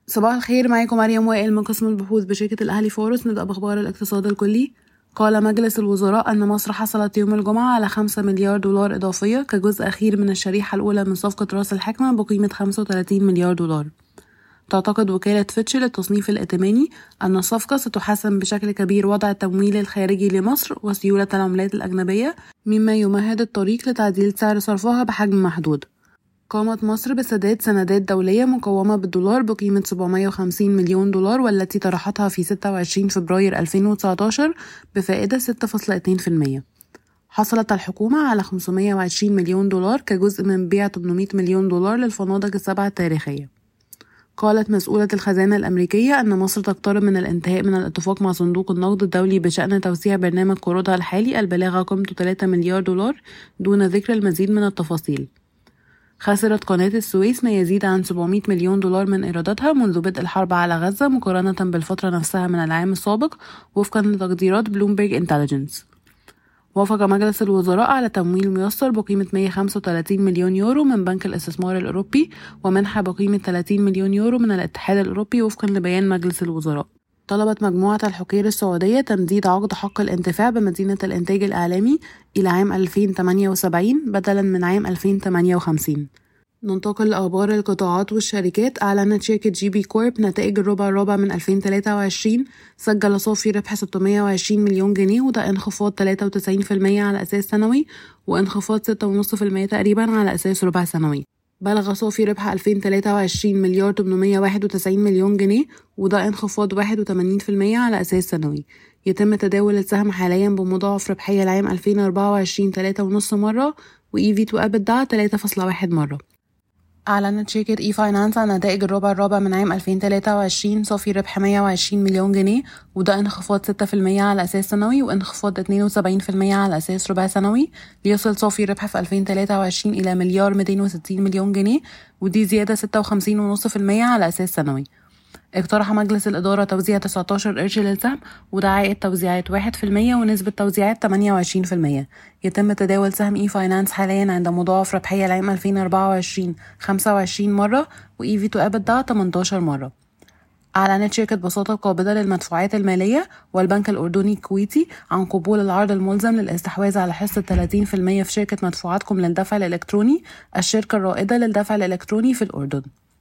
صباح الخير، معاكم مريم وائل من قسم البحوث بشركة الأهلي فورس. نبدأ بأخبار الاقتصاد الكلي. قال مجلس الوزراء أن مصر حصلت يوم الجمعة على 5 مليار دولار إضافية كجزء أخير من الشريحة الأولى من صفقة رأس الحكمة بقيمة 35 مليار دولار. تعتقد وكالة فيتش للتصنيف الائتماني أن الصفقة ستحسن بشكل كبير وضع التمويل الخارجي لمصر وسيولة العملات الأجنبية، مما يمهد الطريق لتعديل سعر صرفها بحجم محدود. قامت مصر بسداد سندات دولية مقومة بالدولار بقيمة 750 مليون دولار، والتي طرحتها في 26 فبراير 2019 بفائدة 6.2%. حصلت الحكومة على 520 مليون دولار كجزء من بيع 800 مليون دولار للفنادق السبعة التاريخية. قالت مسؤولة الخزانة الأمريكية أن مصر تقترب من الانتهاء من الاتفاق مع صندوق النقد الدولي بشأن توسيع برنامج قروضها الحالي البالغة قيمته 3 مليار دولار دون ذكر المزيد من التفاصيل. خسرت قناة السويس ما يزيد عن 700 مليون دولار من إيراداتها منذ بدء الحرب على غزة مقارنة بالفترة نفسها من العام السابق، وفقا لتقديرات بلومبرج انتليجنس. وافق مجلس الوزراء على تمويل ميسر بقيمة 135 مليون يورو من بنك الاستثمار الأوروبي، ومنحة بقيمة 30 مليون يورو من الاتحاد الأوروبي وفقا لبيان مجلس الوزراء. طلبت مجموعة الحكير السعودية تمديد عقد حق الانتفاع بمدينة الإنتاج الإعلامي إلى عام 2078 بدلا من عام 2058. ننتقل لأخبار القطاعات والشركات. أعلنت شركة جي بي كورب نتائج الربع الرابع من 2023. سجل صافي ربح 620 مليون جنيه، وده انخفاض 93% على أساس سنوي، وانخفاض 6.5% تقريبا على أساس ربع سنوي. بلغ صافي ربح 2023 مليار 891 مليون جنيه، وده انخفاض 81% على أساس سنوي. يتم تداول السهم حاليا بمضاعف ربحية العام 2024 3.5 مرة، وإيفي تو EBITDA 3.1 مرة. أعلنت شركة إي فاينانس عن نتائج الربع الرابع من عام 2023. صافي ربح 120 مليون جنيه، وده انخفاض 6% على أساس سنوي، وانخفاض 72% على أساس ربع سنوي، ليصل صافي ربح في 2023 إلى مليار 260 مليون جنيه، ودي زيادة 56.5% على أساس سنوي. اقترح مجلس الإدارة توزيع 19 قرش للسهم، وده عائد توزيعات 1% ونسبة توزيعات 28%. يتم تداول سهم إي فاينانس حاليا عند مضاعف ربحية العام 2024 25 مرة، وإيفي تو EBITDA 18 مرة. أعلنت شركة بساطة القابضة للمدفوعات المالية والبنك الأردني الكويتي عن قبول العرض الملزم للاستحواذ على حصة 30% في شركة مدفوعاتكم للدفع الإلكتروني، الشركة الرائدة للدفع الإلكتروني في الأردن.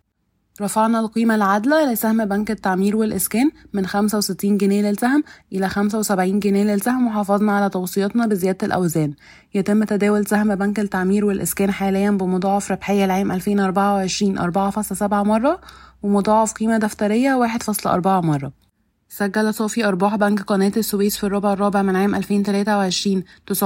رفعنا القيمة العادلة لسهم بنك التعمير والإسكان من 65 جنيه للسهم إلى 75 جنيه للسهم، وحافظنا على توصياتنا بزيادة الأوزان. يتم تداول سهم بنك التعمير والإسكان حاليا بمضاعف ربحية العام 2024 4.7 مرة، ومضاعف قيمة دفترية 1.4 مرة. سجل صافي أرباح بنك قناة السويس في الربع الرابع من عام 2023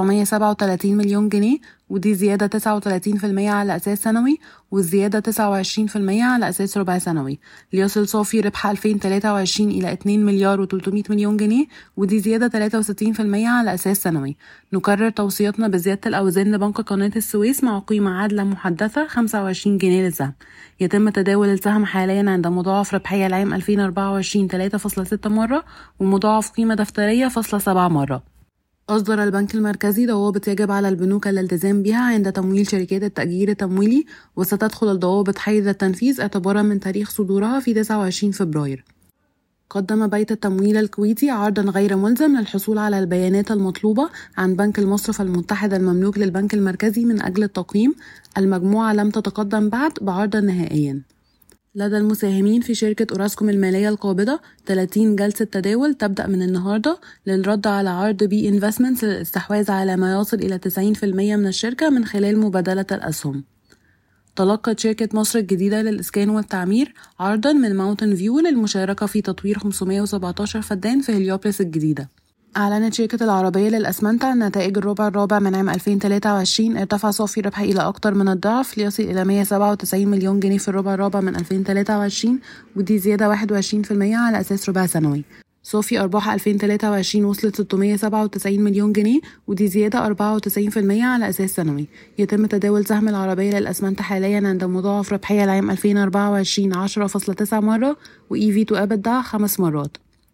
937 مليون جنيه، ودي زيادة 39% على أساس سنوي، والزيادة 29% على أساس ربع سنوي، ليصل صافي ربح 2023 إلى 2 مليار و300 مليون جنيه، ودي زيادة 63% على أساس سنوي. نكرر توصياتنا بزيادة الأوزان لبنك قناة السويس مع قيمة عادلة محدثة 25 جنيه للسهم. يتم تداول السهم حاليا عند مضاعف ربحية العام 2024 3.6 مرة، ومضاعف قيمة دفترية 7 مرة. أصدر البنك المركزي ضوابط يجب على البنوك الالتزام بها عند تمويل شركات التأجير التمويلي، وستدخل الضوابط حيز التنفيذ اعتبارا من تاريخ صدورها في 29 فبراير. قدم بيت التمويل الكويتي عرضا غير ملزم للحصول على البيانات المطلوبة عن بنك المصرف المتحد المملوك للبنك المركزي من أجل التقييم. المجموعة لم تتقدم بعد بعرض نهائيا. لدى المساهمين في شركة أوراسكوم المالية القابضة 30 جلسة تداول تبدأ من النهاردة للرد على عرض بي انفستمنتس للاستحواذ على ما يصل إلى 90% من الشركة من خلال مبادلة الأسهم. تلقت شركة مصر الجديدة للإسكان والتعمير عرضا من ماونتن فيو للمشاركة في تطوير 517 فدان في هليوبلس الجديدة. أعلنت شركة العربية للأسمنت عن نتائج الربع الرابع من عام 2023. ارتفع صافي ربح إلى أكثر من الضعف ليصل إلى 197 مليون جنيه في الربع الرابع من 2023، ودي زيادة 21% على أساس ربع سنوي. صافي أرباح 2023 وصلت 697 مليون جنيه، ودي زيادة 94% على أساس سنوي. يتم تداول سهم العربية للأسمنت حاليا عند مضاعف ربحية العام 2024 10.9 مرة، وإيفي تو EBITDA 5 مرات.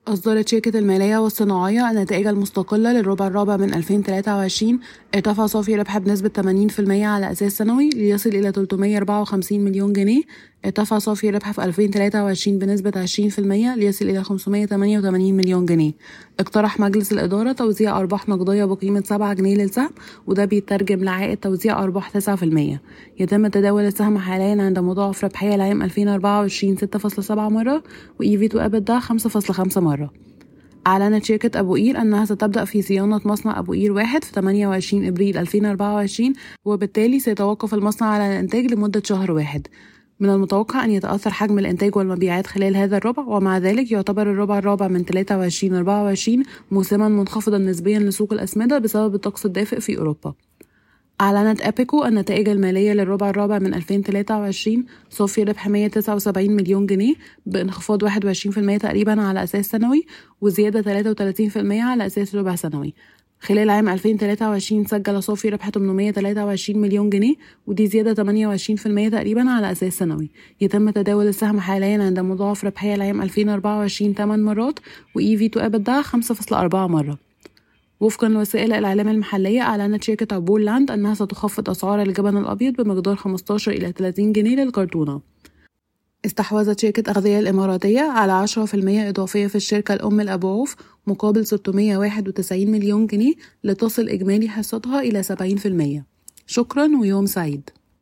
أصدرت شركة المالية والصناعية النتائج المستقلة للربع الرابع من 2023. ارتفع صافي ربح بنسبة 80% على أساس سنوي ليصل إلى 354 مليون جنيه. ارتفع صافي ربح في 2023 بنسبة 20% ليصل إلى 588 مليون جنيه. اقترح مجلس الإدارة توزيع أرباح نقدية بقيمة 7 جنيه للسهم، وده بيترجم لعائد توزيع أرباح 9%. يتم تداول السهم حاليا عند مضاعف ربحية لعام 2024 6.7 مرة، وإي تو EBITDA 5.5 مرة. أعلنت شركة أبو قير أنها ستبدأ في صيانة مصنع أبو قير 1 في 28 إبريل 2024، وبالتالي سيتوقف المصنع على الإنتاج لمدة شهر واحد. من المتوقع أن يتأثر حجم الإنتاج والمبيعات خلال هذا الربع، ومع ذلك يعتبر الربع الرابع من 23-24 موسما منخفضا نسبيا لسوق الأسمدة بسبب الطقس الدافئ في أوروبا. أعلنت أبيكو النتائج المالية للربع الرابع من 2023. صافي ربح 179 مليون جنيه بانخفاض 21% تقريبا على أساس سنوي، وزيادة 33% على أساس ربع سنوي. خلال عام 2023 سجل صافي ربح 823 مليون جنيه، ودي زيادة 28% تقريبا على أساس سنوي. يتم تداول السهم حاليا عند مضاعف ربحية لعام 2024 8 مرات، وإي تو EBITDA 5.4 مرة. وفقا لوسائل الإعلام المحلية، أعلنت شركة عبور لاند أنها ستخفض أسعار الجبن الأبيض بمقدار 15 إلى 30 جنيه للكرتونة. استحوذت شركة أغذية الإماراتية على 10% إضافية في الشركة الأم الأبو عوف مقابل 691 مليون جنيه، لتصل إجمالي حصتها إلى 70%. شكرا ويوم سعيد.